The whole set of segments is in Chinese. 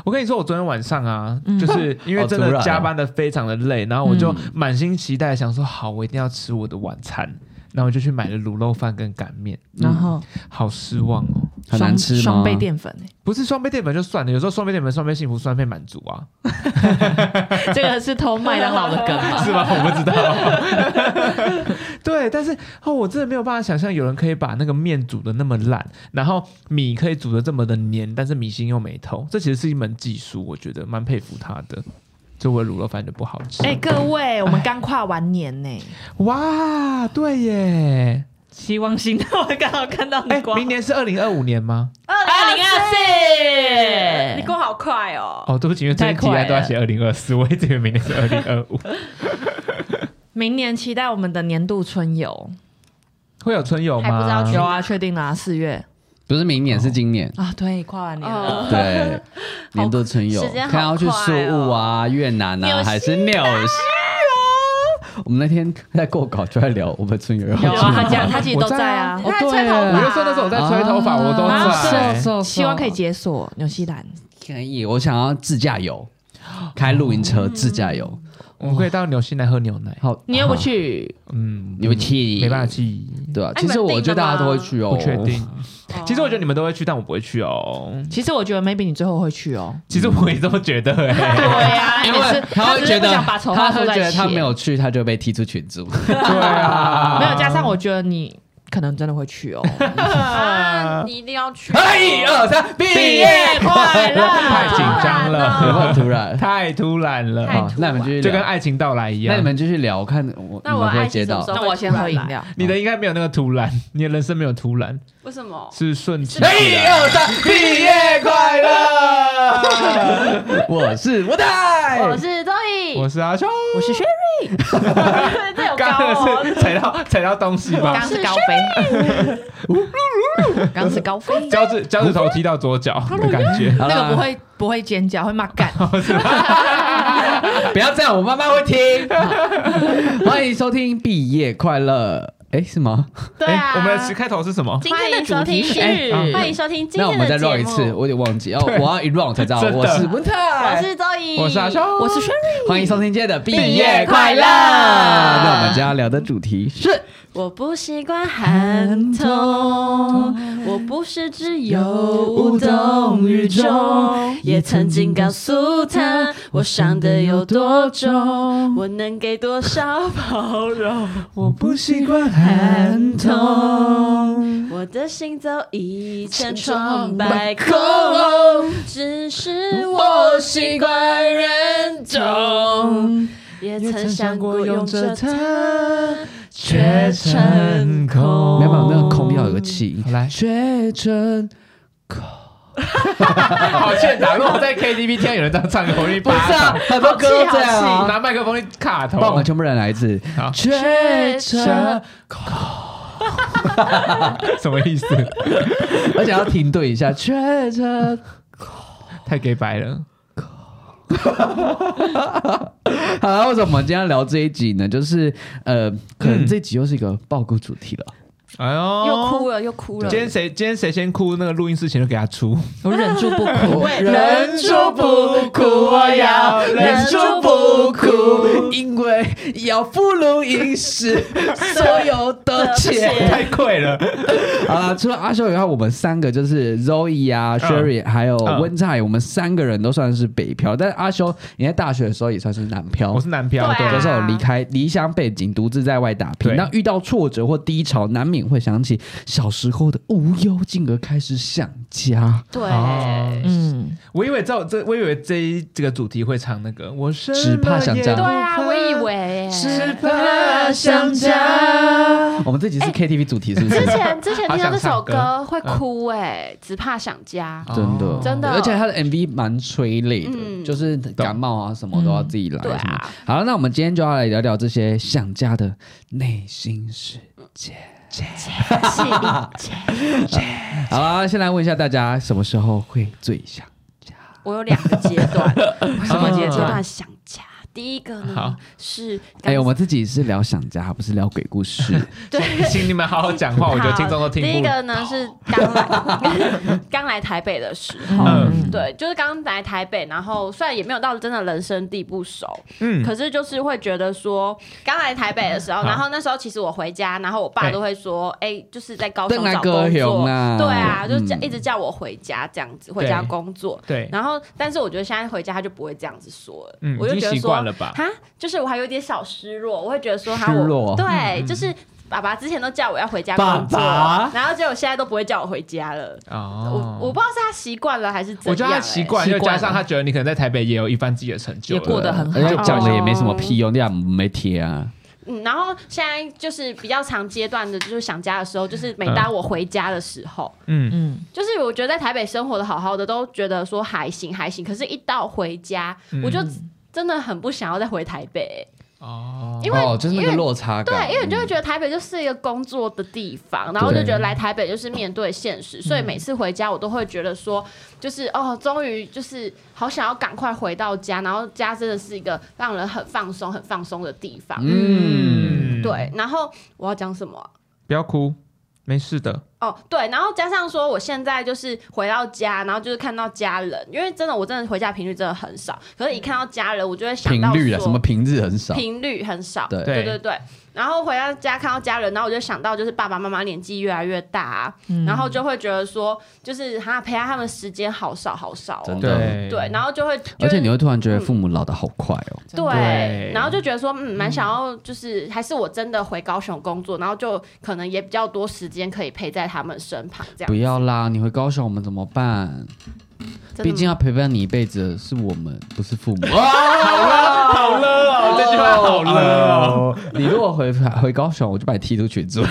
我跟你说，我昨天晚上啊，就是因为真的加班的非常的累，然后我就满心期待想说，好，我一定要吃我的晚餐，然后我就去买了卤肉饭跟擀面， 然后好失望哦， 很难吃吗？ 双倍淀粉不是双倍淀粉就算了，有时候双倍淀粉、双倍幸福、双倍满足啊， 这个是偷麦当劳的梗吗？ 是吗？我不知道。对，但是我真的没有办法想象有人可以把那个面煮的那么烂，然后米可以煮的这么的黏，但是米心又没透，这其实是一门技术，我觉得蛮佩服他的。就我的卤肉饭就不好吃。 各位，我们刚跨完年呢。 哇，对耶！ 希望新的我刚好看到你明年是2025年吗 ？2024，你过好快哦！ 对不起，因为最近提案都要写2024，我一直以为明年是2025。 明年期待我们的年度春游， 会有春游吗？ 还不知道有啊，确定啦，4月。 不是明年，是今年啊！对，跨完年了。 对，年度春游，看要去宿务啊、越南啊，还是纽西？我们那天在过稿就在聊我们春游， 有啊，他其实都在啊。 对，我就说那时候我在吹头发，我都在。 希望可以解锁纽西兰。 可以，我想要自驾游，开露营车自驾游。 我们可以到纽西兰喝牛奶。 好， 你又不去？ 你会去？ 没办法去， 对啊。其实我觉得大家都会去哦， 不确定。其实我觉得你们都会去，但我不会去哦。 其实我觉得 maybe 你最后会去哦。 其实我也这么觉得对啊， 因为他会觉得他会觉得他没有去，他就被踢出群组。 对啊， 没有加上我觉得你可能真的会去哦。 你一定要去 ！1、2、3，毕业快乐！太紧张了， 有没有突然？ 太突然了。 好，那你们继续， 就跟爱情到来一样。 那你们继续聊，我看那我会接到。 那我先喝饮料。 你的应该没有那个突然，你的人生没有突然。 为什么？ 是顺其。 1、2、3，毕业快乐！我是吴泰， 我是周颖， 我是阿秋， 我是 Sherry。 这有刚刚是踩到东西吗？ 刚是高飞，刚是高飞， 脚趾头踢到左脚的感觉。 那个不会尖叫，会骂干。 不要这样，我妈妈会听。欢迎收听毕业快乐。是吗？ 对啊， 我们的词开头是什么？ 今天的主题是欢迎收听今天的节目。 那我们再 run 一次，我有点忘记哦，我要一 run 才知道。我是文泰， 我是周怡， 我是阿秋， 我是 Sherry。 欢迎收听今天的毕业快乐。那我们今天要聊的主题是： 我不习惯寒冬，我不是只有无动于衷，也曾经告诉他我伤得有多重，我能给多少包容。 我不习惯寒冬， 我的行走已千疮百孔，只是我习惯忍痛，也曾想过用着它却成空。 没有，那个空要有个气， 来， 却成空。 好欠打！如果我在 KTV 听到有人这样唱歌，我一巴掌。 很多歌都这样啊， 拿麦克风去卡头。 帮我们全部人来一次。却成空， 什么意思？ 而且要停顿一下。却成空， 太给白了。 好了，为什么我们今天要聊这一集呢？就是可能这一集又是一个爆哭主题了。 哎呦， 又哭了。 今天谁先哭？那个录音室前就给他出。 我忍住不哭， 忍住不哭，我要忍住不哭，因为要付录音室所有的钱。 太贵了。 好了，除了阿修以外，我们三个就是 Zoe 啊、Sherry 还有温菜，我们三个人都算是北漂。但是阿修，你在大学的时候也算是南漂。 我是南漂， 对， 就是有离乡背景，独自在外打拼。那遇到挫折或低潮，难免会想起小时候的无忧，进而开始想家。 对， 我以为这个主题会唱那个，我只怕想家。 对啊，我以为只怕想家。我们这集是 KTV 主题，是不是？ 之前听到这首歌会哭只怕想家， 真的，而且他的 MV 蛮催泪的，就是感冒啊什么都要自己来。 对啊。 好，那我们今天就要来聊聊这些想家的内心世界。好啦，先来问一下大家，什么时候会最想家？ 我有2个阶段。 什么阶段想家？ 第一个呢是， 我们自己是聊想家，不是聊鬼故事。 对， 请你们好好讲话，我觉得听众都听不懂。 第一个呢是刚来台北的时候，对，就是刚来台北，然后虽然也没有到真的人生地不熟，可是就是会觉得说，刚来台北的时候，然后那时候其实我回家，然后我爸都会说，就是在高雄找工作，对啊，就一直叫我回家这样子，回家工作， 对， 然后但是我觉得现在回家他就不会这样子说了，我就觉得说， 习惯了吧？ 就是我还有点小失落，我会觉得说， 失落， 对，就是爸爸之前都叫我要回家工作，然后结果现在都不会叫我回家了。我不知道是他习惯了还是怎样。 我觉得他习惯，又加上他觉得你可能在台北也有一番自己的成就， 也过得很好， 而且讲的也没什么屁用，你也没贴啊。 然后现在就是比较长阶段的，就是想家的时候，就是每当我回家的时候，就是我觉得在台北生活的好好的，都觉得说还行，可是一到回家，我就真的很不想要再回台北。因为就是那个落差感， 对，因为你就会觉得台北就是一个工作的地方，然后就觉得来台北就是面对现实，所以每次回家我都会觉得说，就是终于就是好想要赶快回到家，然后家真的是一个让人很放松的地方。对，然后我要讲什么？ 不要哭，没事的。 对，然后加上说，我现在就是回到家，然后就是看到家人，因为我真的回家频率真的很少，可是一看到家人，我就会想到频率啊，什么频率很少， 频率很少， 对。 然后回到家看到家人，然后我就想到就是爸爸妈妈年纪越来越大然后就会觉得说，就是陪他们时间好少真的对，然后就会， 而且你会突然觉得父母老得好快哦， 对，然后就觉得说，蛮想要，就是还是我真的回高雄工作，然后就可能也比较多时间可以陪在他们身旁，这样。 不要啦，你回高雄我们怎么办？毕竟要陪伴你一辈子的是我们，不是父母。 好了哦，这句话好了哦。 你如果回高雄，我就把你踢出群组。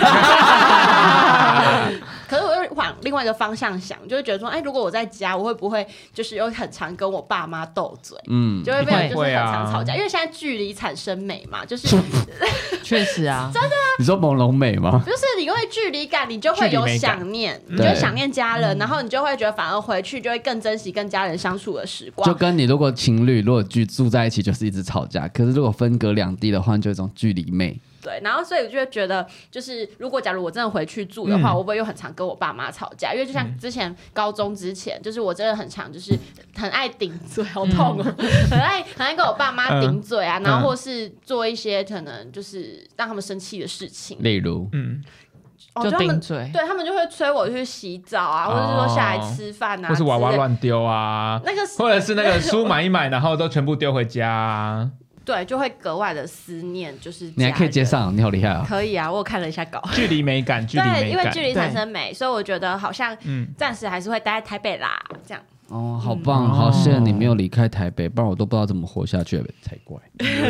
可是我又往另外一个方向想，就会觉得说，如果我在家，我会不会就是又很常跟我爸妈斗嘴？就会变成就是很常吵架，因为现在距离产生美嘛，就是确实啊， 真的啊。 你说朦胧美吗？ 就是你会距离感，你就会有想念，你就会想念家人，然后你就会觉得反而回去就会更珍惜跟家人相处的时光。 就跟你如果情侣如果住在一起，就是一直吵架，可是如果分隔两地的话，就有一种距离美。 对，然后所以我就会觉得，就是假如我真的回去住的话，我会不会又很常跟我爸妈吵架？因为就像之前高中之前，就是我真的很常就是很爱顶嘴，好痛哦，很爱跟我爸妈顶嘴啊，然后或是做一些可能就是让他们生气的事情， 例如就顶嘴， 对他们就会催我去洗澡啊，或者是说下来吃饭啊， 或是娃娃乱丢啊，或者是那个书买一买，然后都全部丢回家啊。 对，就会格外的思念，就是你还可以接上，你好厉害啊！ 可以啊，我有看了一下稿， 距离美感， 对，因为距离产生美，所以我觉得好像暂时还是会待在台北啦，这样。 好棒，好谢谢你没有离开台北，不然我都不知道怎么活下去才怪。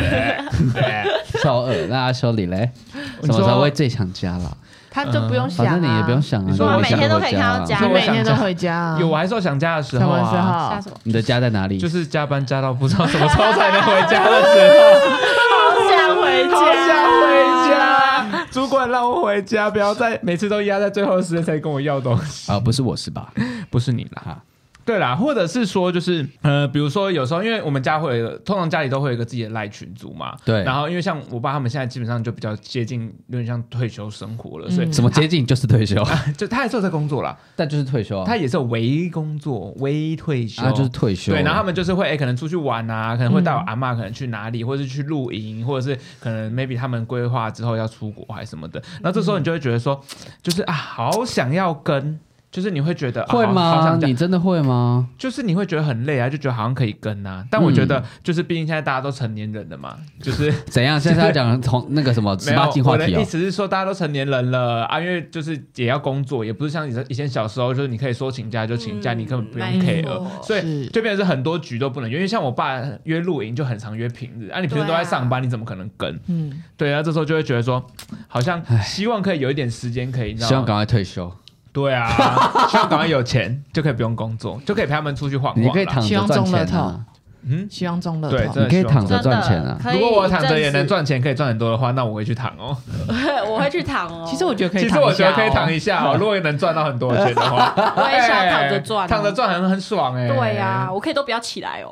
超恶，那阿修里嘞，什么时候会最想家啦？ 他就不用想， 反正你也不用想啊， 我每天都可以看到家， 你每天都回家。 有，我还是有想家的时候啊。 什么时候？ 你的家在哪里？ 就是加班加到不知道什么时候才能回家的时候。 好想回家， 好想回家。主管让我回家，不要再每次都压在最后的时间才跟我要东西。 不是我是吧？ 不是你啦。对啦，或者是说就是比如说有时候因为我们家通常家里都会有一个自己的赖群组嘛， 对， 然后因为像我爸他们现在基本上就比较接近有点像退休生活了，所以什么接近就是退休， 就他还是有在工作啦， 但就是退休啊， 他也是有微工作微退休， 就是退休， 对，然后他们就是会可能出去玩啊，可能会带我阿嬷可能去哪里，或者是去露营，或者是可能 maybe 他们规划之后要出国还是什么的，然后这时候你就会觉得说就是好想要跟。就是你会觉得会吗？你真的会吗？ 就是你会觉得很累啊，就觉得好像可以跟啊，但我觉得就是毕竟现在大家都成年人了嘛，就是怎样？现在要讲从那个什么18禁话题我的意思是说大家都成年人了啊，因为就是也要工作，也不是像以前小时候就是你可以说请假就请假，你根本不用 care，所以就变成是很多局都不能约，因为像我爸约露营就很常约平日啊，你平时都在上班，你怎么可能跟？对啊，这时候就会觉得说好像希望可以有一点时间可以， 希望赶快退休。 对啊，希望赶快有钱就可以不用工作，就可以陪他们出去晃晃。 你可以躺着赚钱啊。 希望中乐对， 透。 你可以躺着赚钱啊。 如果我躺着也能赚钱，可以赚很多的话，那我会去躺哦。 我会去躺哦。 其实我觉得可以其躺一下， 实我觉得可以躺一下哦，如果能赚到很多钱的话， 我也想躺着赚， 躺着赚很爽哎。 对呀，我可以都不要起来哦。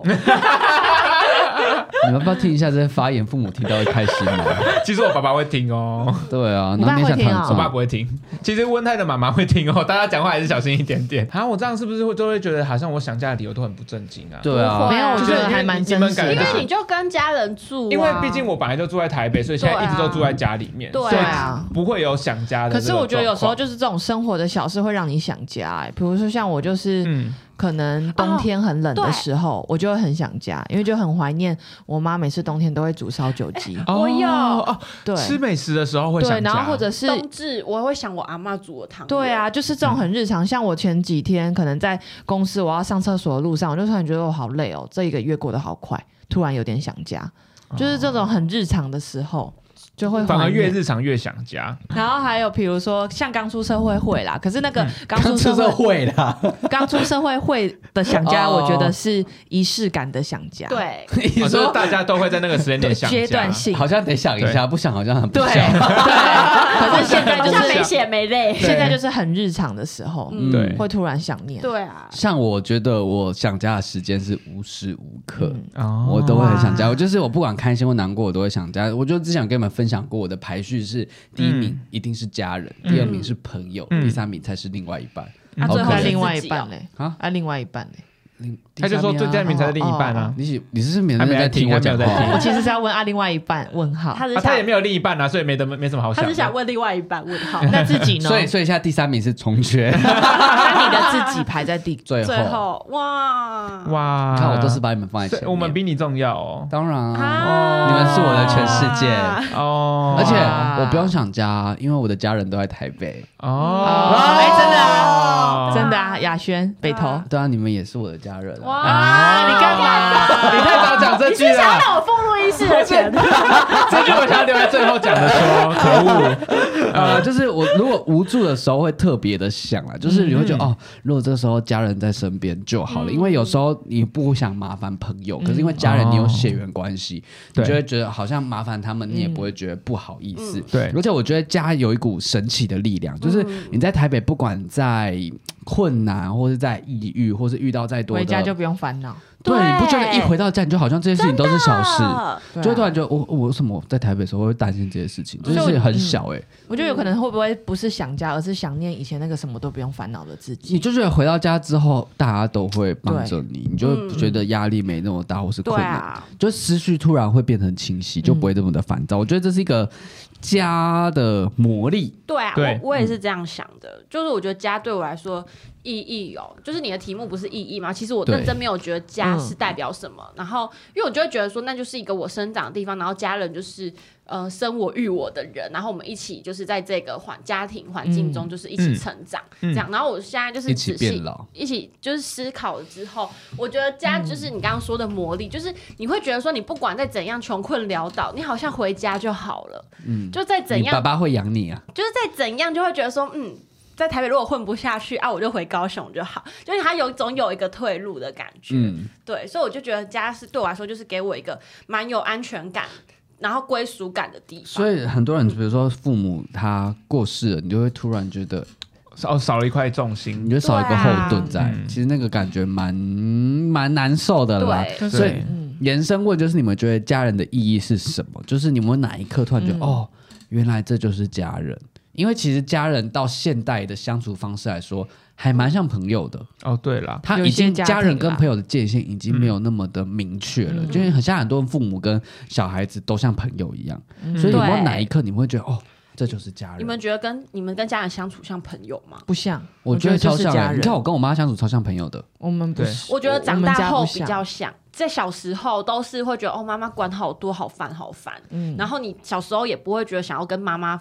你们要不要听一下这些发言？父母听到会开心吗？ 其实我爸爸会听哦。 对啊， 你爸会听啊我爸不会听。其实温泰的妈妈会听哦，大家讲话还是小心一点点。啊，我这样是不是都会觉得好像我想家的理由都很不正经啊？ 对啊， 没有，我觉得还蛮真实的， 因为你就跟家人住， 因为毕竟我本来就住在台北，所以现在一直都住在家里面， 对啊， 不会有想家的。 可是我觉得有时候就是这种生活的小事会让你想家，比如说像我就是。可能冬天很冷的时候，我就会很想家，因为就很怀念我妈每次冬天都会煮烧酒鸡。 我有哦， 对， 吃美食的时候会想家， 对，然后或者是冬至我会想我阿嬷煮的汤。 对啊，就是这种很日常。像我前几天可能在公司我要上厕所的路上，我就突然觉得我好累哦，这一个月过得好快，突然有点想家，就是这种很日常的时候。就会反而越日常越想家。 然后还有比如说像刚出社会会啦，可是那个刚出社会啦， 刚出社会的想家，我觉得是仪式感的想家。 对， 你说大家都会在那个时间点想家， 阶段性好像得想一下，不想好像很不想。 对，可是现在就是没血没泪， 现在就是很日常的时候， 对， 会突然想念。 对啊， 像我觉得我想家的时间是无时无刻，我都会很想家。我不管开心或难过，我都会想家。我就之前跟你们分享过我的排序是：第一名一定是家人，第二名是朋友，第三名才是另外一半。 最后另外一半嘞？另外一半嘞？ 他就说最佳名才是另一半啊！ 你是没在听我讲话？ 我其实是要问另外一半问号， 他也没有另一半啊，所以没什么好想。 他是想问另外一半问号， 那自己呢？ 所以现在第三名是重缺， 那你的自己排在最后。 哇， 你看我都是把你们放在前面， 我们比你重要哦。 当然啊，你们是我的全世界哦。而且我不用想家，因为我的家人都在台北哦。真的啊，雅轩北投。 对啊，你们也是我的家人。 哇，你干嘛？ 你太早讲这句了。 你是想让我付录音室的钱？ 这句我想要留在最后讲的说，可恶。 就是我如果无助的时候会特别的想啊，就是你会觉得如果这时候家人在身边就好了，因为有时候你不想麻烦朋友，可是因为家人你有血缘关系，你就会觉得好像麻烦他们，你也不会觉得不好意思。 对， 而且我觉得家有一股神奇的力量，就是你在台北不管在困难或是在抑郁或是遇到再多的， 回家就不用烦恼。 对，你不觉得一回到家你就好像这些事情都是小事，就会突然觉得我为什么在台北的时候会担心这些事情，这些事情很小我觉得有可能会不会不是想家，而是想念以前那个什么都不用烦恼的自己。 你就觉得回到家之后大家都会帮着你，你就会觉得压力没那么大或是困难，就思绪突然会变成清晰，就不会这么的烦躁。我觉得这是一个家的魔力。 对啊，我也是这样想的，就是我觉得家对我来说意义就是你的题目不是意义吗？其实我认真没有觉得家是代表什么，然后因为我就会觉得说那就是一个我生长的地方，然后家人就是生我育我的人，然后我们一起就是在这个家庭环境中就是一起成长，这样。然后我现在就是一起变老， 一起就是思考了之后，我觉得家就是你刚刚说的魔力，就是你会觉得说你不管再怎样穷困潦倒，你好像回家就好了，就再怎样， 你爸爸会养你啊， 就是再怎样就会觉得说在台北如果混不下去我就回高雄就好，就是他总有一个退路的感觉，对，所以我就觉得家是对我来说就是给我一个蛮有安全感然后归属感的地方。 所以很多人比如说父母他过世了，你就会突然觉得少了一块重心， 你就少一个后盾在，其实那个感觉蛮难受的啦。所以延伸问就是你们觉得家人的意义是什么？就是你们哪一刻突然觉得原来这就是家人。因为其实家人到现代的相处方式来说还蛮像朋友的对啦， 他已经家人跟朋友的界限已经没有那么的明确了，就是很像很多父母跟小孩子都像朋友一样，所以有没有哪一刻你们会觉得这就是家人？ 你们觉得你们跟家人相处像朋友吗？ 不像， 我觉得超像你看我跟我妈相处超像朋友的。 我们不是， 我觉得长大后比较像，在小时候都是会觉得妈妈管好多，好烦好烦，然后你小时候也不会觉得想要跟妈妈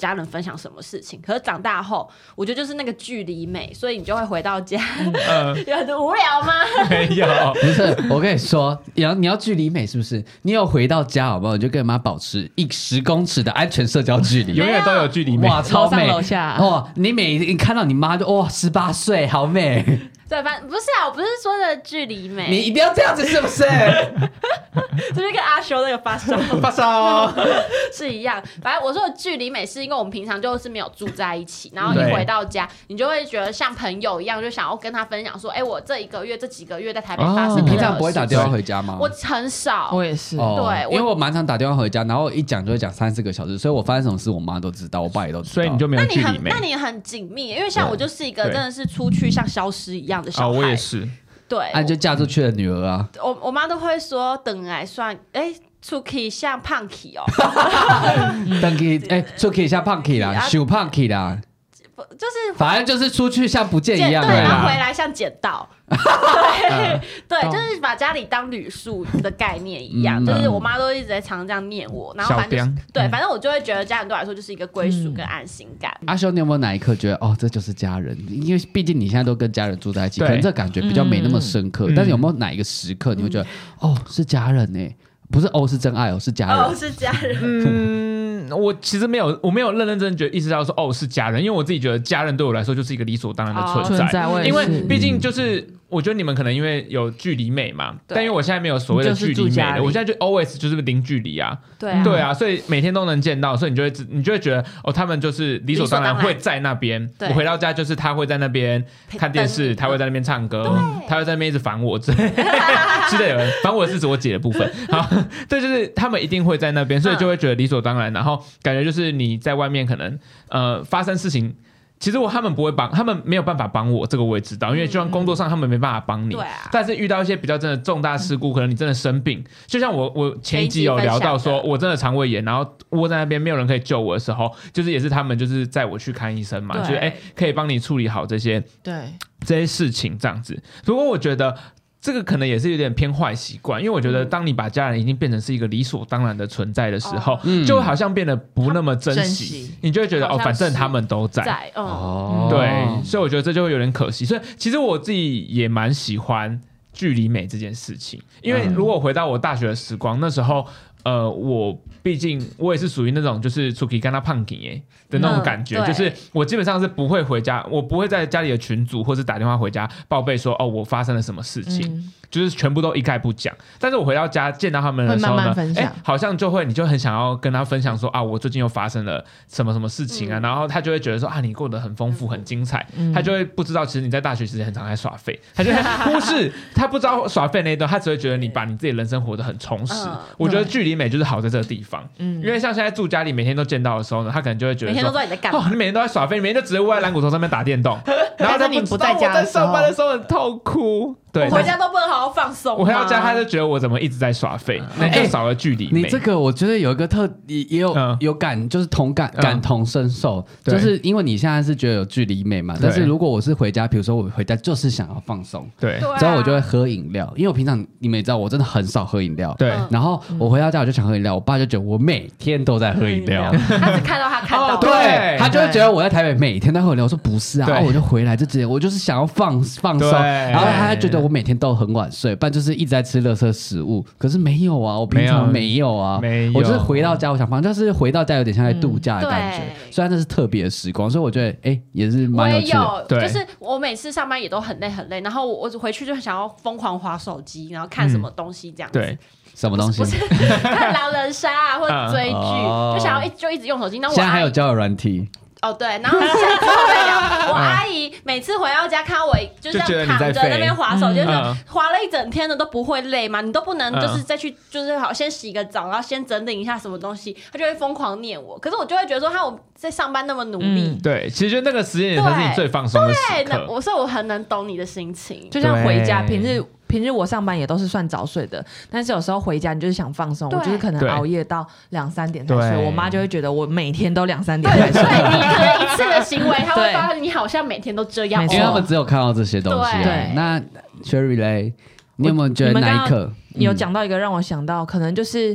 家人分享什么事情。可是长大后，我觉得就是那个距离美，所以你就会回到家，有很无聊吗？ 没有， 不是，我跟你说，你要距离美是不是？你有回到家好不好？你就跟妈保持10公尺的安全社交距离， 永远都有距离美。 哇，超美！ 楼上楼下哇，你看到你妈就哇18岁，好美。 对，反正不是啊，我不是说的距离美， 你一定要这样子是不是？ 就是跟阿修那个发烧发烧是一样。反正我说的距离美，是因为我们平常就是没有住在一起，然后一回到家，你就会觉得像朋友一样，就想要跟他分享说，哎，我这几个月在台北发生的。 你平常不会打电话回家吗？ 我很少， 我也是， 对， 因为我蛮常打电话回家，然后一讲就会讲3-4个小时，所以我发生什么事我妈都知道，我爸也都知道， 所以你就没有距离美。 那你很紧密，因为像我就是一个真的是出去像消失一样的小孩。 我也是。 对， 你就嫁出去的女儿啊。 我妈都会说，等来算，出去像胖 k 哦， 等去出去像胖 k 啦，修胖 k 啦， 就是反正就是出去像不见一样， 对，然后回来像捡到，对，就是把家里当旅宿的概念一样，就是我妈都一直在常这样念我，然后反正对，反正我就会觉得家人对我来说就是一个归属跟安心感。 阿修，你有没有哪一刻觉得这就是家人？因为毕竟你现在都跟家人住在一起，可能这感觉比较没那么深刻，但是有没有哪一个时刻你会觉得是家人呢？不是是真爱是家人， 是家人。 我其实没有认认真觉得意识到说是家人，因为我自己觉得家人对我来说就是一个理所当然的存在，因为毕竟就是我觉得你们可能因为有距离美嘛，但因为我现在没有所谓的距离美了，我现在就 always 就是零距离啊，对啊，所以每天都能见到，所以你就会觉得他们就是理所当然会在那边。我回到家就是他会在那边看电视，他会在那边唱歌，他会在那边一直烦我之类的，烦我是指我姐的部分。好，对，就是他们一定会在那边，所以就会觉得理所当然，然后感觉就是你在外面可能发生事情。其实他们不会帮，他们没有办法帮我，这个我也知道，因为就像工作上他们没办法帮你。但是遇到一些比较真的重大事故，可能你真的生病，就像我前一集有聊到说，我真的肠胃炎，然后窝在那边没有人可以救我的时候，就是也是他们就是载我去看医生嘛，就是可以帮你处理好这些事情这样子。不过我觉得。这个可能也是有点偏坏习惯，因为我觉得当你把家人已经变成是一个理所当然的存在的时候，就会好像变得不那么珍惜，你就会觉得反正他们都在，对，所以我觉得这就会有点可惜。所以其实我自己也蛮喜欢距离美这件事情，因为如果回到我大学的时光，那时候我毕竟我也是属于那种就是出去跟他胖紧的那种感觉，就是我基本上是不会回家，我不会在家里的群组或是打电话回家报备说我发生了什么事情，就是全部都一概不讲。但是我回到家见到他们的时候呢，好像你就很想要跟他分享说我最近又发生了什么什么事情啊，然后他就会觉得说你过得很丰富很精彩，他就会不知道其实你在大学其实很常在耍废，他就会忽视他不知道耍废那一段，他只会觉得你把你自己的人生活得很充实。我觉得距离美就是好在这个地方，因为像现在住家里每天都见到的时候呢，他可能就会觉得说每天都知道你在干嘛，你每天都在耍废，你每天就只是窝在蓝骨头上面打电动，然后你不在家的时候， 我在上班的时候很痛苦。对， 我回家都不能好好放松。 我回到家，他就觉得我怎么一直在耍废，那就少了距离美。 你这个我觉得有一个也有感，就是感同身受，就是因为你现在是觉得有距离美嘛，但是如果我是回家，比如说我回家就是想要放松， 对， 之后我就会喝饮料，因为我平常你们也知道，我真的很少喝饮料， 对。 然后我回到家我就想喝饮料，我爸就觉得我每天都在喝饮料， 他只看到他看到， 对，他就会觉得我在台北每天都喝饮料。我说不是啊，我就回来就直接，我就是想要放松，然后他觉得我每天都很晚睡，不然就是一直在吃垃圾食物。可是没有啊，我平常没有啊，我就是回到家我想放，就是回到家有点像在度假的感觉。虽然这是特别的时光，所以我觉得也是蛮有趣的。 我也有，就是我每次上班也都很累很累，然后我回去就想要疯狂滑手机，然后看什么东西这样子。 对， 什么东西？ 不是看狼人杀啊，或者追剧，就想要一直用手机。 现在还有交友软体。 对，然后我阿姨每次回到家看到我就这样躺着那边滑手机，滑了一整天的都不会累吗？你都不能就是再去就是好先洗个澡，然后先整理一下什么东西，他就会疯狂念我。可是我就会觉得说，我在上班那么努力， 对，其实那个时间也才是你最放松的时刻。 所以我很能懂你的心情， 就像回家平日我上班也都是算早睡的，但是有时候回家你就是想放松，我就是可能熬夜到2-3点才睡，我妈就会觉得我每天都2-3点才睡。 对，你可能一次的行为，她会发现你好像每天都这样， 因为他们只有看到这些东西。对，那 Sherry 嘞，你有没有觉得哪一刻？ 你有讲到一个让我想到，可能就是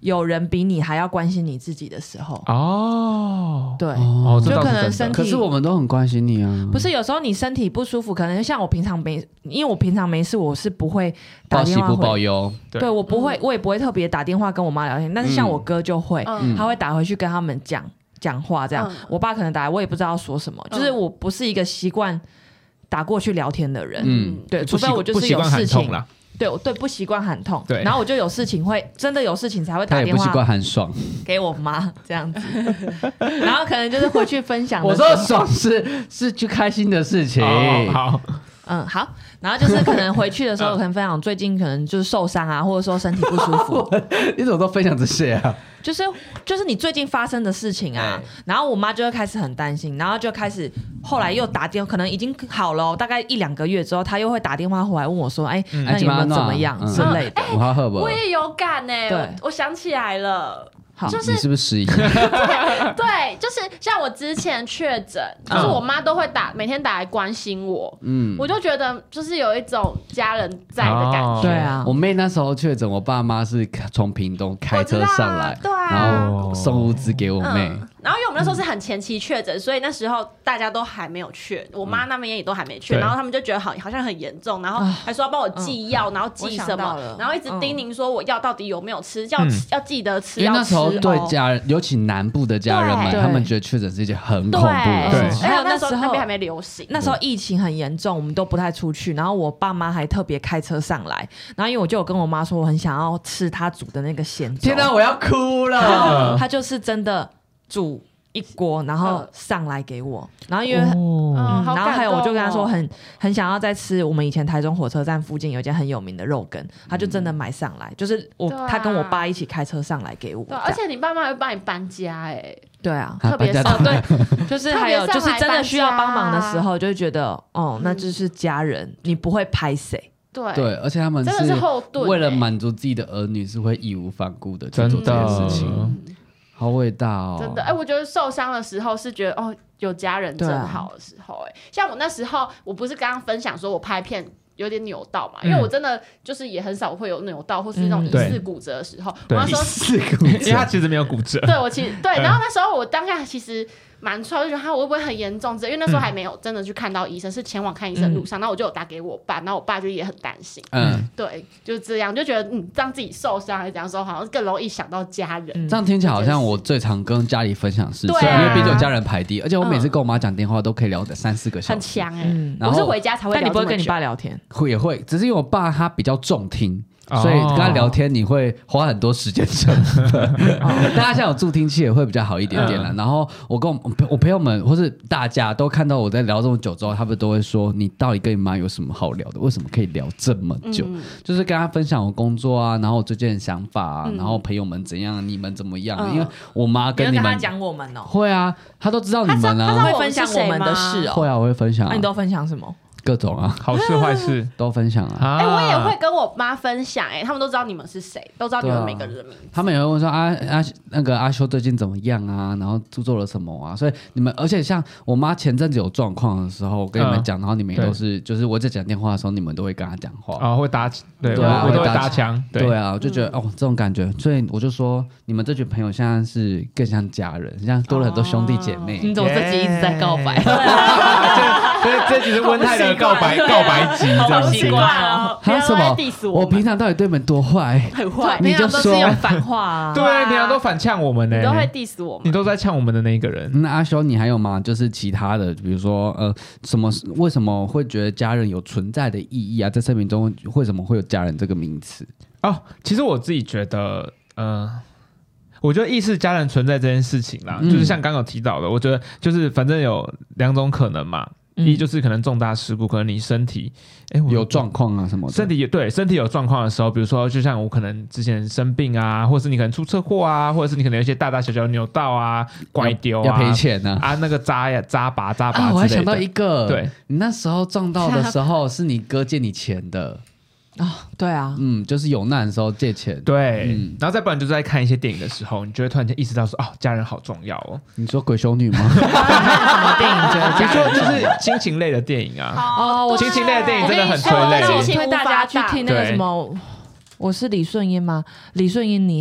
有人比你还要关心你自己的时候。对， 就可能身体， 可是我们都很关心你啊。 不是，有时候你身体不舒服，可能像我平常因为我平常没事，我是不会打电话报喜不报忧。 对，我不会，我也不会特别打电话跟我妈聊天。但是像我哥就会，他会打回去跟他们讲话，这样。我爸可能打来，我也不知道要说什么，就是我不是一个习惯打过去聊天的人。对，除非我就是有事情啦。对，不习惯喊痛，然后我就有事情真的有事情才会打电话， 他也不习惯喊爽给我妈这样子，然后可能就是回去分享的时候。 我说爽是去开心的事情。 好， 好，然后就是可能回去的时候，可能分享最近可能就是受伤啊，或者说身体不舒服。 你怎么都分享这些啊？ 就是你最近发生的事情啊，然后我妈就会开始很担心，然后就开始后来又打电话，可能已经好了，大概1-2个月之后，她又会打电话回来问我说：“哎，那你有没有怎么样之类的？” 我也有感对，我想起来了。 就是你是不是失忆？ 对，就是像我之前确诊，就是我妈都会每天打来关心我，我就觉得就是有一种家人在的感觉。 对啊， 我妹那时候确诊，我爸妈是从屏东开车上来， 对啊， 然后送物资给我妹。 然后因为我们那时候是很前期确诊，所以那时候大家都还没有确，我妈那边也都还没确，然后他们就觉得好像很严重，然后还说要帮我寄药，然后寄什么，然后一直叮嚀说我药到底有没有吃，要记得吃， 因为那时候对家人，尤其南部的家人们，他们觉得确诊是一件很恐怖的事情。 还有那时候那边还没流行， 那时候疫情很严重，我们都不太出去，然后我爸妈还特别开车上来，然后因为我就有跟我妈说我很想要吃他煮的那个咸粥， 天哪，我要哭了！ 他就是真的煮1锅，然后上来给我，然后因为然后还有我就跟他说很想要再吃我们以前台中火车站附近有一间很有名的肉羹，他就真的买上来，就是他跟我爸一起开车上来给我。 而且你爸妈会帮你搬家对啊， 特别是对，就是还有就是真的需要帮忙的时候，就会觉得那就是家人，你不会拍谁。 对，而且他们真的是后盾， 为了满足自己的儿女，是会义无反顾的去做这件事情。好伟大哦！ 真的，我觉得受伤的时候是觉得有家人真好的时候，像我那时候，我不是刚刚分享说我拍片有点扭到嘛，因为我真的就是也很少会有扭到或是那种疑似骨折的时候，我那时候疑似骨折， 因为他其实没有骨折。 对，我其实对，然后那时候我当下其实蛮出来，就觉得我会不会很严重之类，因为那时候还没有真的去看到医生，是前往看医生路上，然后我就有打给我爸，然后我爸就也很担心，对，就这样，就觉得让自己受伤还是这样说，好像更容易想到家人。 这样听起来好像我最常跟家里分享的事情，因为毕竟有家人排第一，而且我每次跟我妈讲电话都可以聊得3-4个小时， 很强我是回家才会聊， 但你不会跟你爸聊天？ 也会，只是因为我爸他比较重听。所以跟他聊天你会花很多时间成本，大家现在有助听器也会比较好一点点了。然后我跟我朋友们或是大家都看到我在聊这么久之后，他们都会说你到底跟你妈有什么好聊的？为什么可以聊这么久？就是跟他分享我工作啊，然后我最近的想法啊，然后朋友们怎样，你们怎么样？因为我妈跟你们讲我们会啊，她都知道你们啊， 她会分享我们的事会啊，我会分享。 那你都分享什么？ 各种啊， 好事坏事都分享啊。 我也会跟我妈分享，他们都知道你们是谁，都知道你们每个人的名字。 他们也会问说那个阿修最近怎么样啊？然后做了什么啊？所以你们，而且像我妈前阵子有状况的时候，我跟你们讲，然后你们也都是，就是我在讲电话的时候，你们都会跟她讲话会打，对啊， 我都会打枪， 对啊，我就觉得这种感觉，所以我就说，你们这群朋友现在是更像家人，像多了很多兄弟姐妹。 你怎么自己一直在告白？ 这集是温泰的告白集，这样子。 奇怪哦， 什么？我平常到底对你们多坏？ 很坏， 你就说用反话啊。 对，平常都反呛我们呢， 你都会 diss 我们， 你都在呛我们的那一个人。 那阿修，你还有吗？就是其他的，比如说为什么会觉得家人有存在的意义啊？在生命中为什么会有家人这个名词？ 其实我自己觉得，我觉得意识家人存在这件事情啦，就是像刚刚有提到的，我觉得就是反正有2种可能嘛。一就是可能重大事故，可能你身体有状况啊什么的， 身体有状况的时候，比如说就像我可能之前生病啊，或者是你可能出车祸啊，或者是你可能有一些大大小小扭到啊、拐丢啊， 要赔钱啊那个扎拔之类的。 我还想到一个， 对， 你那时候撞到的时候是你哥借你钱的。 对啊， 就是有难的时候借钱， 对，然后再不然就是在看一些电影的时候，你就会突然间意识到说，家人好重要哦。 你说鬼修女吗？ 什么电影觉得？ 你说就是亲情类的电影啊，亲情类的电影真的很催泪， 推大家去听那个什么，我是李顺英吗？李顺英你好。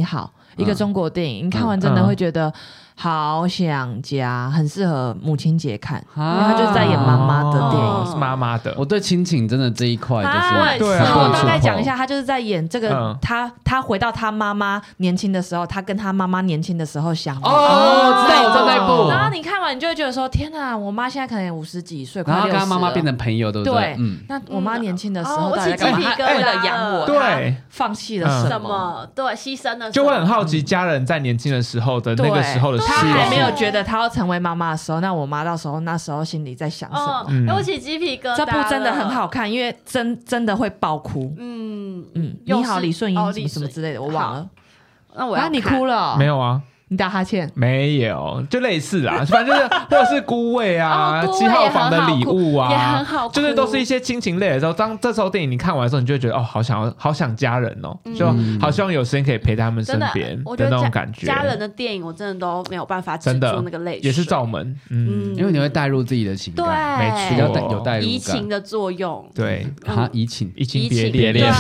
一个中国电影，你看完真的会觉得好想家，很适合母亲节看，因为他就是在演妈妈的电影， 是妈妈的。 我对亲情真的这一块就是对然后我大概讲一下，他就是在演这个，他回到他妈妈年轻的时候，他跟他妈妈年轻的时候相遇。 哦，知道我知道那一部。 然后你看完，你就会觉得说，天哪，我妈现在可能也50几岁， 然后跟他妈妈快60了变成朋友，对不对？ 对，那我妈年轻的时候我到底在干嘛？ 起鸡皮疙瘩她为了养我， 对， 放弃了什么？对，牺牲了什么， 就会很好奇家人在年轻的时候的那个时候的希望。 他还没有觉得他要成为妈妈的时候，那我妈那时候心里在想什么？ 我起鸡皮疙瘩。 这部真的很好看，因为真的会爆哭。你好，李顺英什么之类的，我忘了。 那我要你哭了？ 没有啊。 你打哈欠？ 没有，就类似啊，反正就是或者是孤味啊，7号房的礼物啊， 也很好哭， 就是都是一些亲情类的时候。当这首电影你看完的时候，你就会觉得好想家人哦，就好希望有时间可以陪在他们身边的那种感觉。 家人的电影我真的都没有办法止住那个泪水， 也是罩门， 因为你会带入自己的情感， 没错， 比较有带入感， 移情的作用， 对， 移情别恋，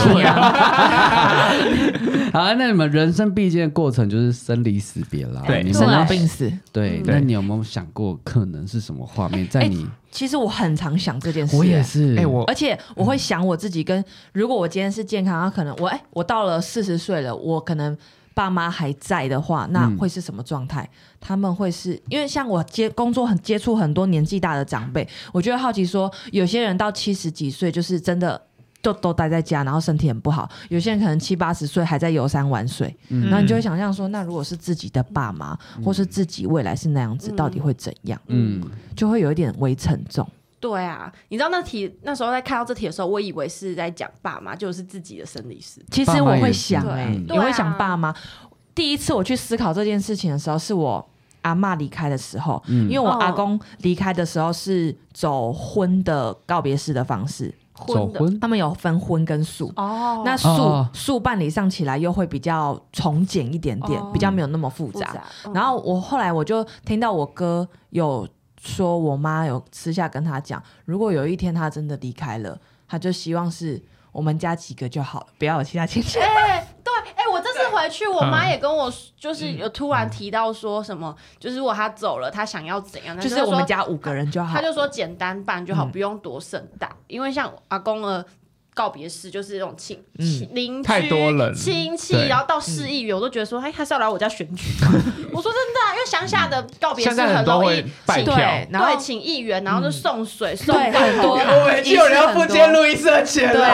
好，那你们人生必经的过程就是生离死别啦， 对， 生老病死， 对。那你有没有想过可能是什么画面在你？ 其实我很常想这件事， 我也是， 而且我会想我自己跟，如果我今天是健康，可能我到了40岁了，我可能爸妈还在的话，那会是什么状态？他们会是因为像我工作接触很多年纪大的长辈，我就会好奇说，有些人到70几岁就是真的。都待在家，然后身体很不好。有些人可能70、80岁还在游山玩水，然后你就会想象说，那如果是自己的爸妈，或是自己未来是那样子，到底会怎样？就会有一点微沉重。 对啊，你知道那时候在看到这题的时候，我以为是在讲爸妈，就是自己的生理史。 其实我会想也会想爸妈。第一次我去思考这件事情的时候，是我阿嬷离开的时候，因为我阿公离开的时候是走婚的告别式的方式。 走婚， 他们有分婚跟素那素办理上起来又会比较从简一点点，比较没有那么复杂。然后后来我就听到我哥有说，我妈有私下跟他讲，如果有一天他真的离开了，他就希望是我们家几个就好了，不要有其他亲戚。 对，我这次回去，我妈也跟我就是有突然提到说什么，就是如果他走了，他想要怎样， 就是我们家5个人就好， 他就说简单办就好，不用多盛大，因为像阿公的告别式就是那种邻居太多人亲戚，然后到4亿元，我都觉得说，他是要来我家选举。我说真的，因为乡下的告别式很容易拜票， 对，请议员，然后就送水送很多， 我们就有人要付今天录音室的钱了，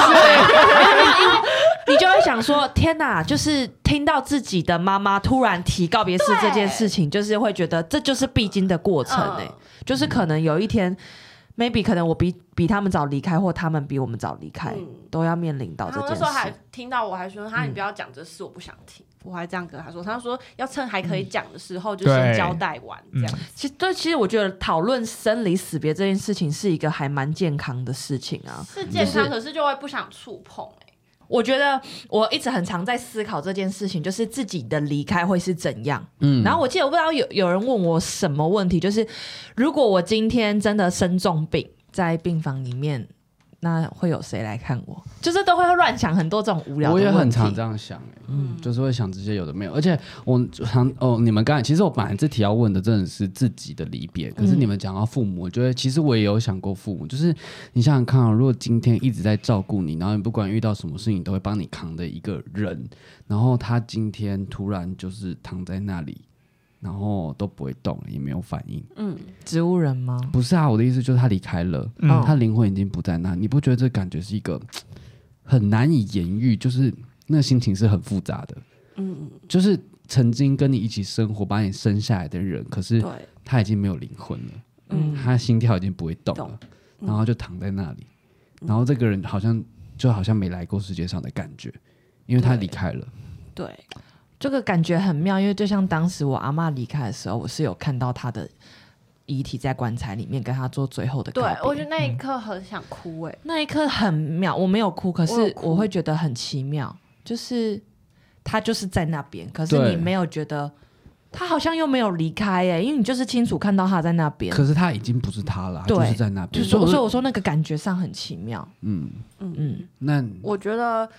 你就会想说，天哪！就是听到自己的妈妈突然提告别式这件事情，就是会觉得这就是必经的过程就是可能有一天 ，maybe 可能我比他们早离开，或他们比我们早离开，都要面临到这件事。 那时候还听到我还说，你不要讲这事，我不想听。我还这样跟他说，他说要趁还可以讲的时候就先交代完这样。 其实我觉得讨论生离死别这件事情是一个还蛮健康的事情啊， 是健康，可是就会不想触碰。 我觉得我一直很常在思考这件事情，就是自己的离开会是怎样。然后我记得我不知道有人问我什么问题，就是如果我今天真的生重病，在病房里面，那会有谁来看我？就是都会乱想很多这种无聊的问题。 我也很常这样想，就是会想这些有的没有。而且你们刚才其实我本来这题要问的真的是自己的离别，可是你们讲到父母，我觉得其实我也有想过父母，就是你想想看如果今天一直在照顾你，然后你不管遇到什么事情都会帮你扛的一个人，然后他今天突然就是躺在那里，然后都不会动，也没有反应。 植物人吗？ 不是啊，我的意思就是他离开了，他灵魂已经不在那，你不觉得这感觉是一个很难以言喻，就是那个心情是很复杂的。就是曾经跟你一起生活把你生下来的人，可是他已经没有灵魂了，他心跳已经不会动了，然后就躺在那里，然后这个人好像没来过世界上的感觉，因为他离开了。 对，这个感觉很妙，因为就像当时我阿嬷离开的时候，我是有看到她的遗体在棺材里面跟她做最后的告别。 对，我觉得那一刻很想哭那一刻很妙，我没有哭，可是我会觉得很奇妙，就是他就是在那边，可是你没有觉得他好像又没有离开因为你就是清楚看到他在那边， 可是他已经不是他了，他就是在那边。 所以我说那个感觉上很奇妙。 那我觉得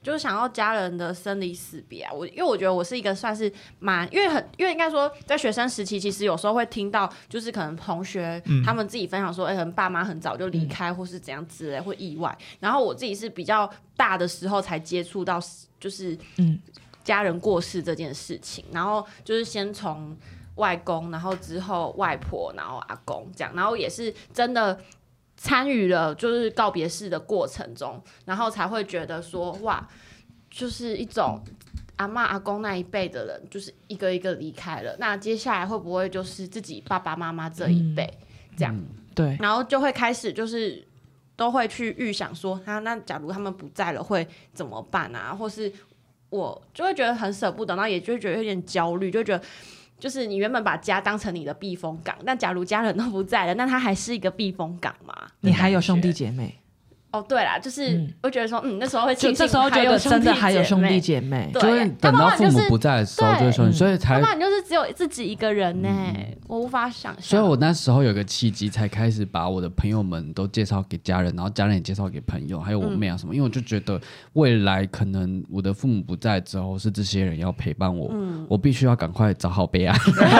就是想要家人的生离死别啊。因为我觉得我是一个算是因为应该说在学生时期，其实有时候会听到，就是可能同学他们自己分享说，可能爸妈很早就离开，或是怎样之类，或意外。然后我自己是比较大的时候才接触到，就是家人过世这件事情，然后就是先从外公，然后之后外婆，然后阿公这样，然后也是真的参与了就是告别式的过程中，然后才会觉得说哇，就是一种阿嬷阿公那一辈的人就是一个一个离开了，那接下来会不会就是自己爸爸妈妈这一辈这样， 对， 然后就会开始就是都会去预想说那假如他们不在了会怎么办啊，或是我就会觉得很舍不得，然后也就会觉得有点焦虑，就会觉得就是你原本把家当成你的避风港，但假如家人都不在了，那它还是一个避风港吗？ 你还有兄弟姐妹？ 哦，对啦，就是会觉得说，那时候会庆幸， 这时候觉得真的还有兄弟姐妹， 就会等到父母不在的时候就会兄弟，所以才， 要不然你就是只有自己一个人呢，我无法想象。 所以我那时候有个契机，才开始把我的朋友们都介绍给家人，然后家人也介绍给朋友，还有我妹啊什么，因为我就觉得未来可能我的父母不在之后，是这些人要陪伴我，我必须要赶快找好备案。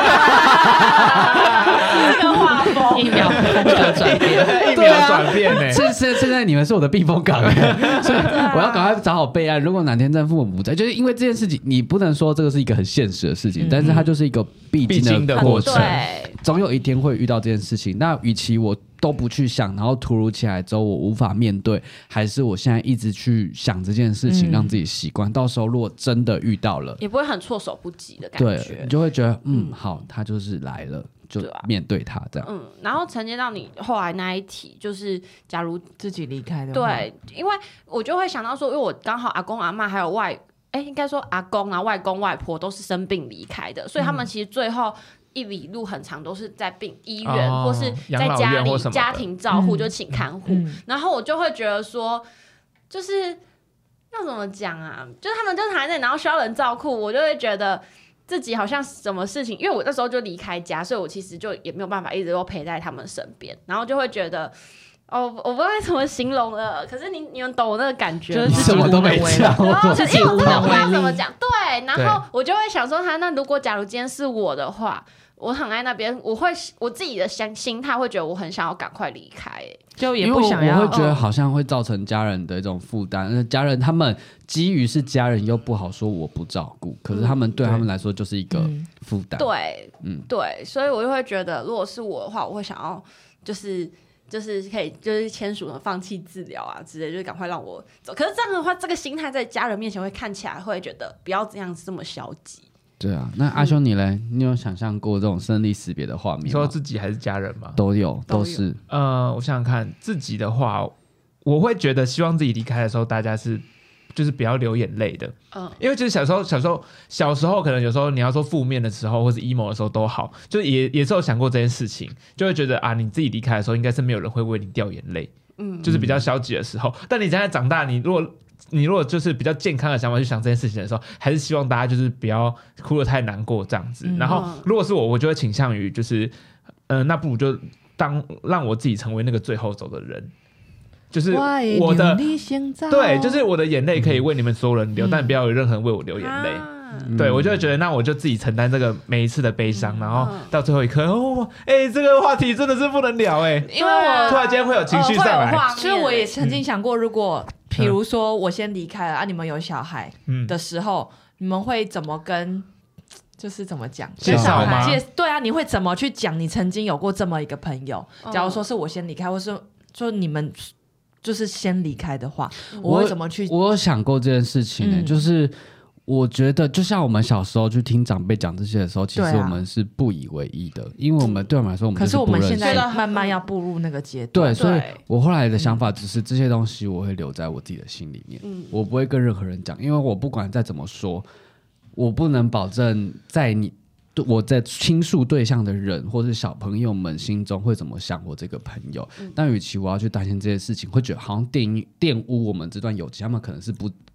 这个画风 1秒风格转变 ，1秒转变呢。 现在你们是我的避风港，所以我要赶快找好备案。如果哪天真父母不在，就是因为这件事情，你不能说这个是一个很现实的事情，但是它就是一个必经的过程，总有一天会遇到这件事情。那与其我都不去想，然后突如其来之后我无法面对，还是我现在一直去想这件事情，让自己习惯，到时候如果真的遇到了， 也不会很措手不及的感觉。 对，你就会觉得好，他就是来了。就面对他这样， 然后承接到你后来那一题，就是假如自己离开的话， 对，因为我就会想到说，因为我刚好阿公阿嬷还有应该说阿公啊、外公外婆都是生病离开的，所以他们其实最后一里路很长都是在医院、或是在家里家庭照护，就请看护。然后我就会觉得说，就是要怎么讲啊？就是他们就是还在，然后需要人照顾，我就会觉得自己好像什么事情，因为我那时候就离开家，所以我其实就也没有办法一直都陪在他们身边，然后就会觉得。我不知道怎么形容了，可是你们懂我那个感觉吗？ 就是什么都没讲， 自己无能为力。 怎么讲？对，然后我就会想说，那如果假如今天是我的话，我躺在那边，我自己的心态会觉得我很想要赶快离开， 就也不想要。 我会觉得好像会造成家人的一种负担，家人他们基于是家人又不好说我不照顾，可是他们对他们来说就是一个负担。 对，对，所以我就会觉得，如果是我的话，我会想要就是可以就是签署了放弃治疗啊之类，就是赶快让我走。可是这样的话，这个心态在家人面前会看起来会觉得不要这样子这么消极。 对啊，那阿修你嘞？你有想象过这种生离死别的画面吗？ 你说自己还是家人吗？ 都有，都是。 我想想看，自己的话，我会觉得希望自己离开的时候，大家就是不要流眼泪的，因为就是小时候可能有时候你要说负面的时候或是 emo 的时候都好，就也是有想过这件事情，就会觉得你自己离开的时候应该是没有人会为你掉眼泪，就是比较消极的时候。但你现在长大，你如果就是比较健康的想法去想这件事情的时候，还是希望大家就是不要哭得太难过这样子。然后如果是我就会倾向于就是那不如就让我自己成为那个最后走的人。就是我的对，就是我的眼泪可以为你们所有人流，但不要有任何人为我流眼泪。对，我就会觉得，那我就自己承担这个每一次的悲伤，然后到最后一刻，这个话题真的是不能聊因为我突然间会有情绪上来。 其实我也曾经想过，如果比如说我先离开了你们有小孩的时候，你们会怎么跟？就是怎么讲？ 介绍吗？ 对啊，你会怎么去讲？你曾经有过这么一个朋友，假如说是我先离开，或是说你们。就是先离开的话，我会怎么去？ 我有想过这件事情就是我觉得，就像我们小时候去听长辈讲这些的时候，其实我们是不以为意的，因为我们对我们来说，我们可是我们现在慢慢慢要步入那个阶段。 对，所以我后来的想法只是这些东西我会留在我自己的心里面，我不会跟任何人讲，因为我不管再怎么说，我不能保证我在倾诉对象的人或是小朋友们心中会怎么想我这个朋友，但与其我要去担心这些事情，会觉得好像玷污我们这段友情，他们可能是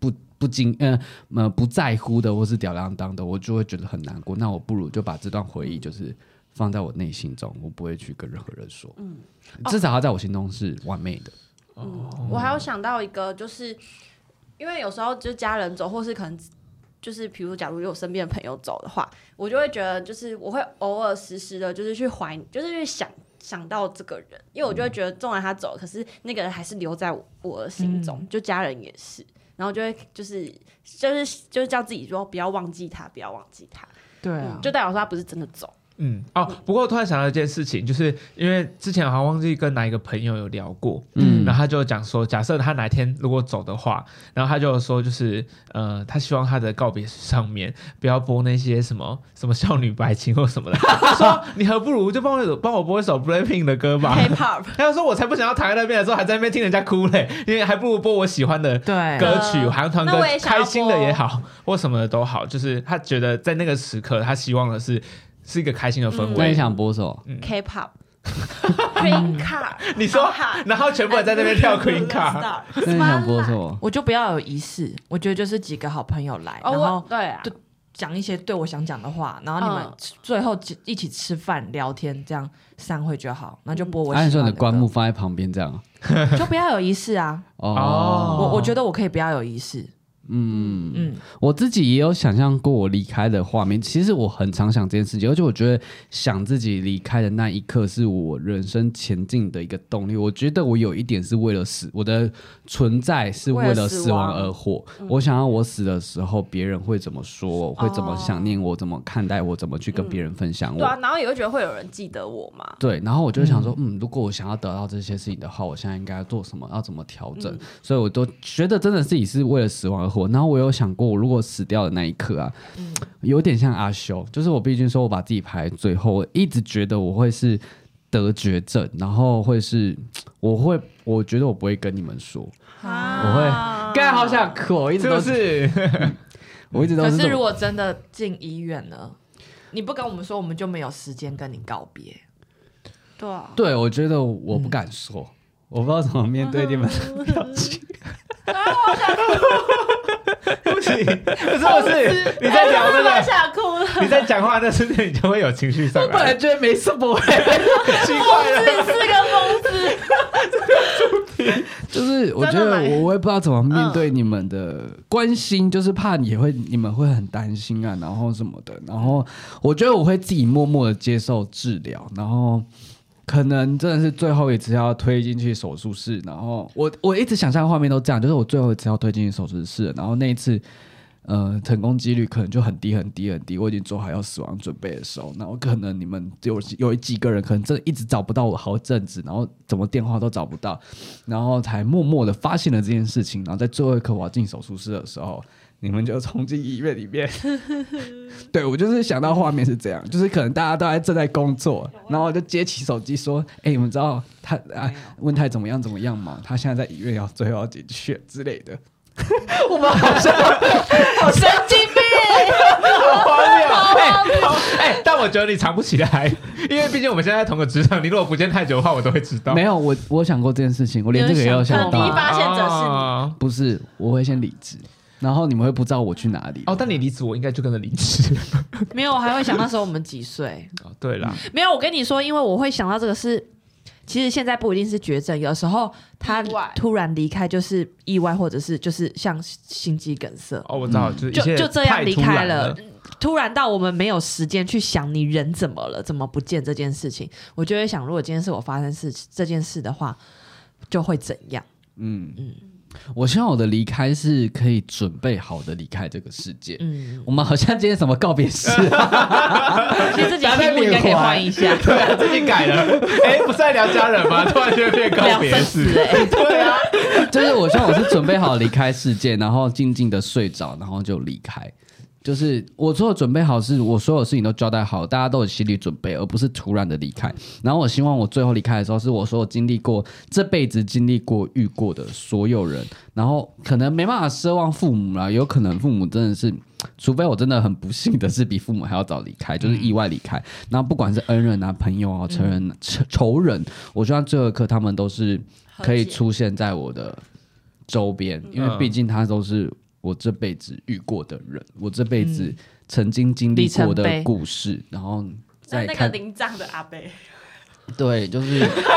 不在乎的，或是吊郎当的，我就会觉得很难过。那我不如就把这段回忆就是放在我内心中，我不会去跟任何人说，至少他在我心中是完美的。 我还有想到一个，就是因为有时候就是家人走，或是可能就是比如假如有身边的朋友走的话，我就会觉得就是我会偶尔时时的，就是去就是去想到这个人，因为我就会觉得纵然他走了，可是那个人还是留在我的心中，就家人也是，然后就会就是叫自己说不要忘记他，不要忘记他， 对啊， 就代表说他不是真的走。 不过我突然想到一件事情，就是因为之前好像忘记跟哪一个朋友有聊过，然后他就讲说，假设他哪一天如果走的话，然后他就说就是他希望他的告别式上面不要播那些什么少女白情或什么的，他说你何不如就帮我播一首 BLACKPINK 的歌吧 ，K-pop， 他就说我才不想要躺在那边的时候还在那边听人家哭嘞，因为还不如播我喜欢的歌曲，韩团歌，开心的也好或什么的都好，就是他觉得在那个时刻他希望的是一个开心的氛围。 那你想播什么 ？K-pop。Queen Card， 你说，然后全部人在那边跳 Queen Card， 那你想播什么？ 我就不要有仪式，我觉得就是几个好朋友来，然后对讲一些对我想讲的话，然后你们最后一起吃饭聊天，这样散会就好，那就播我喜欢的歌。 按说你的棺木放在旁边这样， 就不要有仪式啊。我觉得我可以不要有仪式。 我自己也有想象过我离开的画面，其实我很常想这件事情，而且我觉得想自己离开的那一刻是我人生前进的一个动力。我觉得我有一点是为了死，我的存在是为了死亡而活。我想要我死的时候别人会怎么说我，会怎么想念我，怎么看待我，怎么去跟别人分享我。 对啊，然后也会觉得会有人记得我嘛。 对，然后我就想说如果我想要得到这些事情的话，我现在应该要做什么，要怎么调整。所以我都觉得真的自己是为了死亡而活。然后我有想过，我如果死掉的那一刻啊，有点像阿修，就是我毕竟说我把自己排在最后，我一直觉得我会是得绝症，然后会是我觉得我不会跟你们说，我会，刚才好想哭，我一直都是，我一直都是。 可是如果真的进医院了，你不跟我们说，我们就没有时间跟你告别。 对啊， 对，我觉得我不敢说，我不知道怎么面对你们的表情。 对不起，不是你在聊那个， 想哭了。 你在讲话那瞬间，你就会有情绪上来。 我本来觉得没什么， 奇怪了， 是个疯子。 就是我觉得我也不知道怎么面对你们的关心，就是怕你们会很担心啊，然后什么的。然后我觉得我会自己默默的接受治疗，然后。可能真的是最后一次要推进去手术室，然后我一直想象的画面都这样，就是我最后一次要推进去手术室，然后那一次，成功几率可能就很低很低很低，我已经做好要死亡准备的时候，然后可能你们有几个人可能真的一直找不到我好一阵子，然后怎么电话都找不到，然后才默默的发现了这件事情，然后在最后一刻我要进手术室的时候。你们就冲进医院里面，对我就是想到画面是这样，就是可能大家都正在工作，然后我就接起手机说：“你们知道他问他怎么样吗？他现在在医院最后要进去之类的。”我们好像好神经病， 好荒谬！但我觉得你藏不起来，因为毕竟我们现在在同个职场，你如果不见太久的话，我都会知道。 没有，我想过这件事情，我连这个也有想到。 第一发现者是你， 不是？我会先离职。然后你们会不知道我去哪里但你离职，我应该就跟着离职。 没有，我还会想那时候我们几岁。 对啦， 没有，我跟你说，因为我会想到这个是，其实现在不一定是绝症，有时候他突然离开就是意外，或者是就是像心肌梗塞。 我知道，就这样离开了。突然到我们没有时间去想你人怎么了，怎么不见这件事情，我就会想，如果今天是我发生这件事的话，就会怎样？ 我希望我的离开是可以准备好的离开这个世界。我们好像今天什么告别式， 其实自己题目应该可以换一下。 对啊，自己改了。不是在聊家人吗？突然就变告别式。 对啊，就是我希望我是准备好离开世界，然后静静的睡着，然后就离开。就是我所有准备好，是我所有事情都交代好，大家都有心理准备，而不是突然的离开。然后我希望我最后离开的时候，是我所有经历过这辈子经历过遇过的所有人。然后可能没办法奢望父母啦，有可能父母真的是，除非我真的很不幸的是比父母还要早离开，就是意外离开。然后不管是恩人啊、朋友啊、仇人，我希望最后一刻他们都是可以出现在我的周边，因为毕竟他都是。我这辈子遇过的人，我这辈子曾经经历过的故事，然后再看那个灵藏的阿伯， 对，就是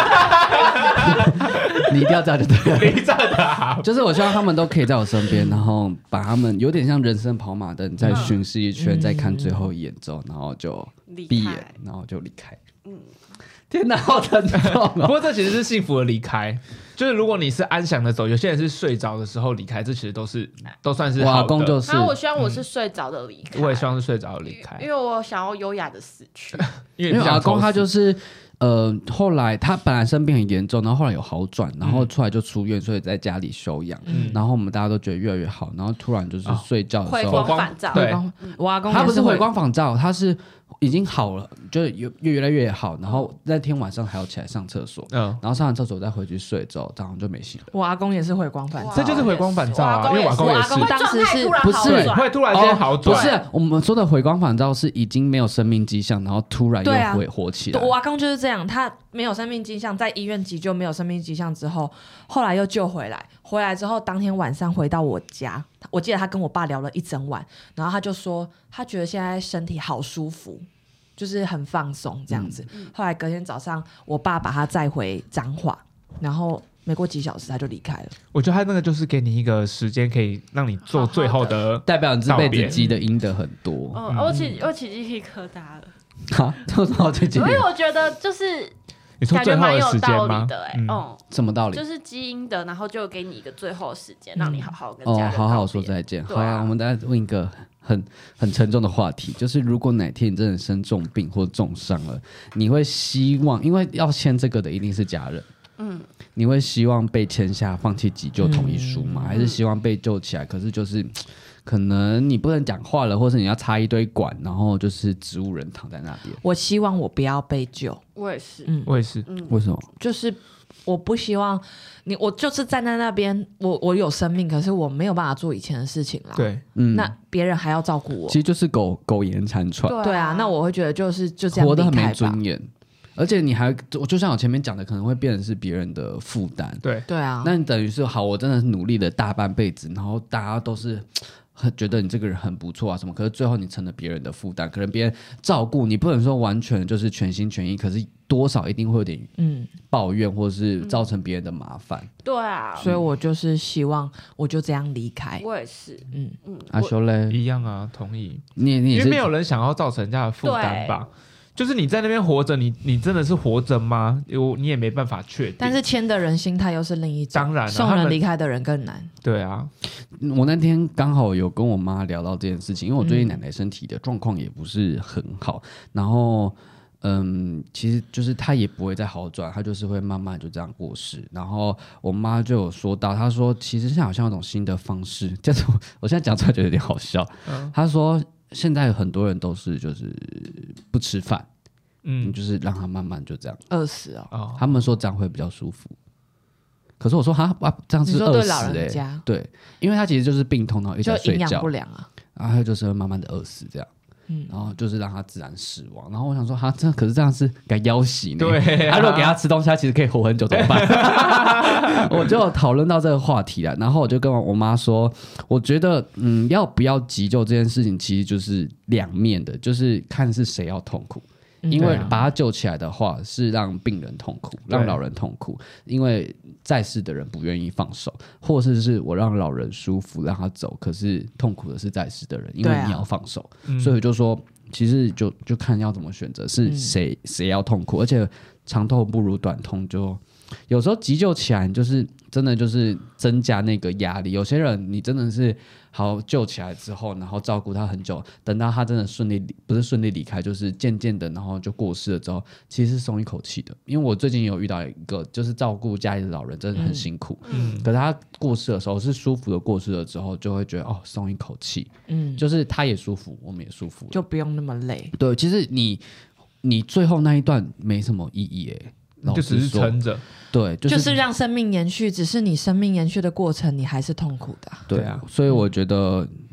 你一定要这样就对了， 你这样的好， 就是我希望他们都可以在我身边，然后把他们有点像人生跑马灯，再巡视一圈，再看最后一眼之后，然后就闭眼，然后就离开。天哪，好沉重哦！ 不过这其实是幸福的离开，就是如果你是安详的走，有些人是睡着的时候离开，这其实都算是好的。 我阿公就是， 然后我希望我是睡着的离开， 我也希望是睡着的离开， 因为我想要优雅的死去。 因为阿公他就是后来他本来生病很严重，然后后来有好转，然后出来就出院，所以在家里休养。然后我们大家都觉得越来越好，然后突然就是睡觉的时候， 回光返照。 对， 我阿公他不是回光返照，他是已经好了，就是越来越好，然后那天晚上还要起来上厕所，然后上完厕所再回去睡，之后早上就没醒了。 我阿公也是回光返照， 这就是回光返照啊，因为我阿公也是， 当时是不是会突然间好转？ 不是我们说的回光返照是已经没有生命迹象，然后突然又会活起来。 我阿公就是这样，他没有生命迹象，在医院急救没有生命迹象之后，后来又救回来，回来之后当天晚上回到我家，我记得他跟我爸聊了一整晚，然后他就说他觉得现在身体好舒服。就是很放松这样子，后来隔天早上，我爸把他载回彰化，然后没过几小时他就离开了。我觉得他那个就是给你一个时间，可以让你做最后的， 代表你这辈子积的阴德很多。 我起鸡皮疙瘩了。 好，这么起鸡皮疙瘩？ 因为我觉得就是你说最后的时间吗？ 感觉蛮有道理的什么道理？ 就是基因的，然后就给你一个最后的时间，让你好好跟家人好好说再见。好啊，我们再问一个很沉重的话题，就是如果哪天你真的生重病或重伤了，你会希望，因为要签这个的一定是家人，你会希望被签下放弃急救同意书吗？还是希望被救起来？可是就是可能你不能讲话了，或是你要插一堆管，然后就是植物人躺在那边。 我希望我不要被救。 我也是， 我也是。 为什么？ 就是我不希望我就是站在那边，我有生命，可是我没有办法做以前的事情啦。 对， 那别人还要照顾我， 其实就是苟延残喘。 对啊，那我会觉得就这样活得很没尊严，而且你还就像我前面讲的，可能会变成是别人的负担。 对啊， 那你等于是好，我真的是努力了大半辈子，然后大家都是觉得你这个人很不错啊什么，可是最后你成了别人的负担，可能别人照顾你不能说完全就是全心全意，可是多少一定会有点抱怨，或是造成别人的麻烦。 对啊， 所以我就是希望我就这样离开。 我也是， 阿修嘞一样啊，同意。 你因为没有人想要造成人家的负担吧。就是你在那边活着，你真的是活着吗？你也没办法确定。 但是签的人心态又是另一种， 当然送人离开的人更难。 对啊， 我那天刚好有跟我妈聊到这件事情，因为我最近奶奶身体的状况也不是很好，然后其实就是她也不会再好转，她就是会慢慢就这样过世。然后我妈就有说到，她说其实现在好像有种新的方式，这种我现在讲出来觉得有点好笑。她说现在有很多人都是就是不吃饭，就是让他慢慢就这样饿死哦。 他们说这样会比较舒服，可是我说这样是饿死对老人家对，因为他其实就是病痛，然后一直在睡觉， 就营养不良啊， 然后他就是会慢慢的饿死这样。然后就是让他自然死亡。然后我想说，可是这样是该要挟呢。 对如果给他吃东西，他其实可以活很久，怎么办？我就讨论到这个话题了，然后我就跟我妈说，我觉得要不要急救这件事情，其实就是两面的，就是看是谁要痛苦。因为把他救起来的话，是让病人痛苦，让老人痛苦，因为在世的人不愿意放手，或者是我让老人舒服让他走，可是痛苦的是在世的人，因为你要放手，所以我就说，其实就看要怎么选择，是谁要痛苦，而且长痛不如短痛，就有时候急救起来就是真的就是增加那个压力。有些人你真的是好救起来之后，然后照顾他很久，等到他真的不是顺利离开，就是渐渐的，然后就过世了之后，其实是松一口气的。因为我最近有遇到一个，就是照顾家里的老人真的很辛苦，可是他过世的时候是舒服的过世了之后，就会觉得松一口气，就是他也舒服，我们也舒服了， 就不用那么累。 对，其实你最后那一段没什么意义就只是撑着。 对， 就是让生命延续，只是你生命延续的过程，你还是痛苦的。 对啊，所以我觉得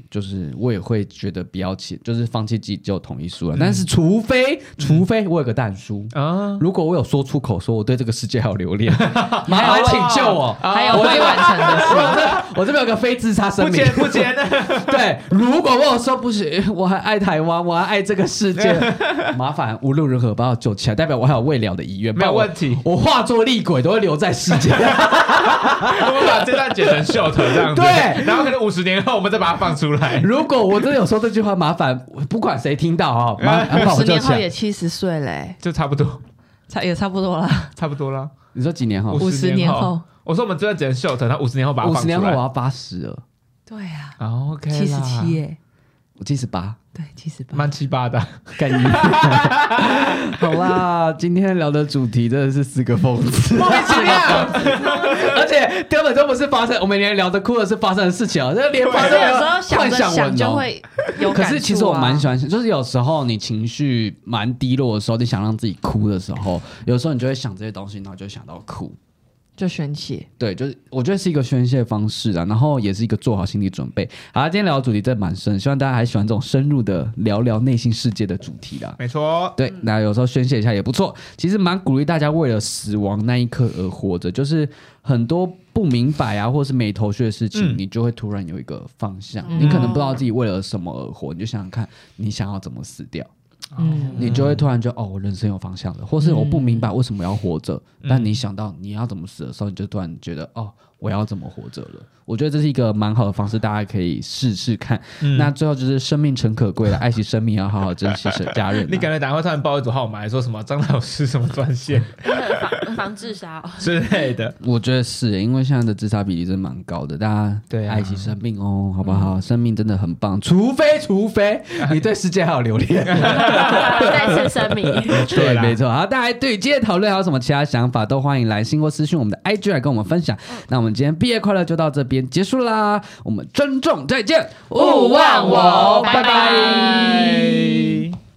就是我也会觉得不要就是放弃急救同意书了。但是除非我有个但书啊，如果我有说出口说我对这个世界还有留恋，麻烦请救我， 还有未完成的事。 我这边有个非自杀声明， 不签的。 对，如果我有说不行，我还爱台湾，我还爱这个世界，麻烦无论如何把我救起来，代表我还有未了的遗愿， 没有问题。 我化作厉鬼都会留在世界。 我们把这段剪成秀头这样子， 对， 然后可能50年后我们再把它放出来。 如果我真的有说这句话，麻烦不管谁听到啊，50 年后也70岁嘞， 就差不多， 也差不多了， 差不多了。 你说几年后 ？50年后。 我说我们这段剪成秀头，然后50年后把它放出来。 50年后我要80了。 对啊。 OK。 77耶。 我78。 对，78， 蛮78的， 干你！好啦，今天聊的主题真的是4个疯子， 莫名其妙， 而且根本就不是发生，我们连聊的哭的是发生的事情啊，这连发生有时候幻想就会有感触啊。 可是其实我蛮喜欢，就是有时候你情绪蛮低落的时候，你想让自己哭的时候，有时候你就会想这些东西，然后就会想到哭。 就宣泄， 对，就是我觉得是一个宣泄方式啊，然后也是一个做好心理准备。好，今天聊的主题真的蛮深，希望大家还喜欢这种深入的聊聊内心世界的主题啦。 没错， 对，那有时候宣泄一下也不错。其实蛮鼓励大家为了死亡那一刻而活着，就是很多不明白啊，或是没头绪的事情，你就会突然有一个方向。你可能不知道自己为了什么而活，你就想想看，你想要怎么死掉。你就会突然就我人生有方向了，或是我不明白为什么要活着，但你想到你要怎么死的时候，你就突然觉得我要怎么活着了。我觉得这是一个蛮好的方式，大家可以试试看。那最后就是生命诚可贵了，爱惜生命要好好珍惜家人。 你感觉打电话突然报一组号码，说什么张老师什么专线， 防自杀之类的。 我觉得是因为现在的自杀比例真的蛮高的，大家爱惜生命哦，好不好？生命真的很棒，除非你对世界还有留恋， 再次声明。 对，没错。好，大家对今天讨论还有什么其他想法，都欢迎来信或私讯我们的 IG 来跟我们分享。那我们今天毕业快乐就到这边结束啦，我们珍重再见， 勿忘我， 拜拜。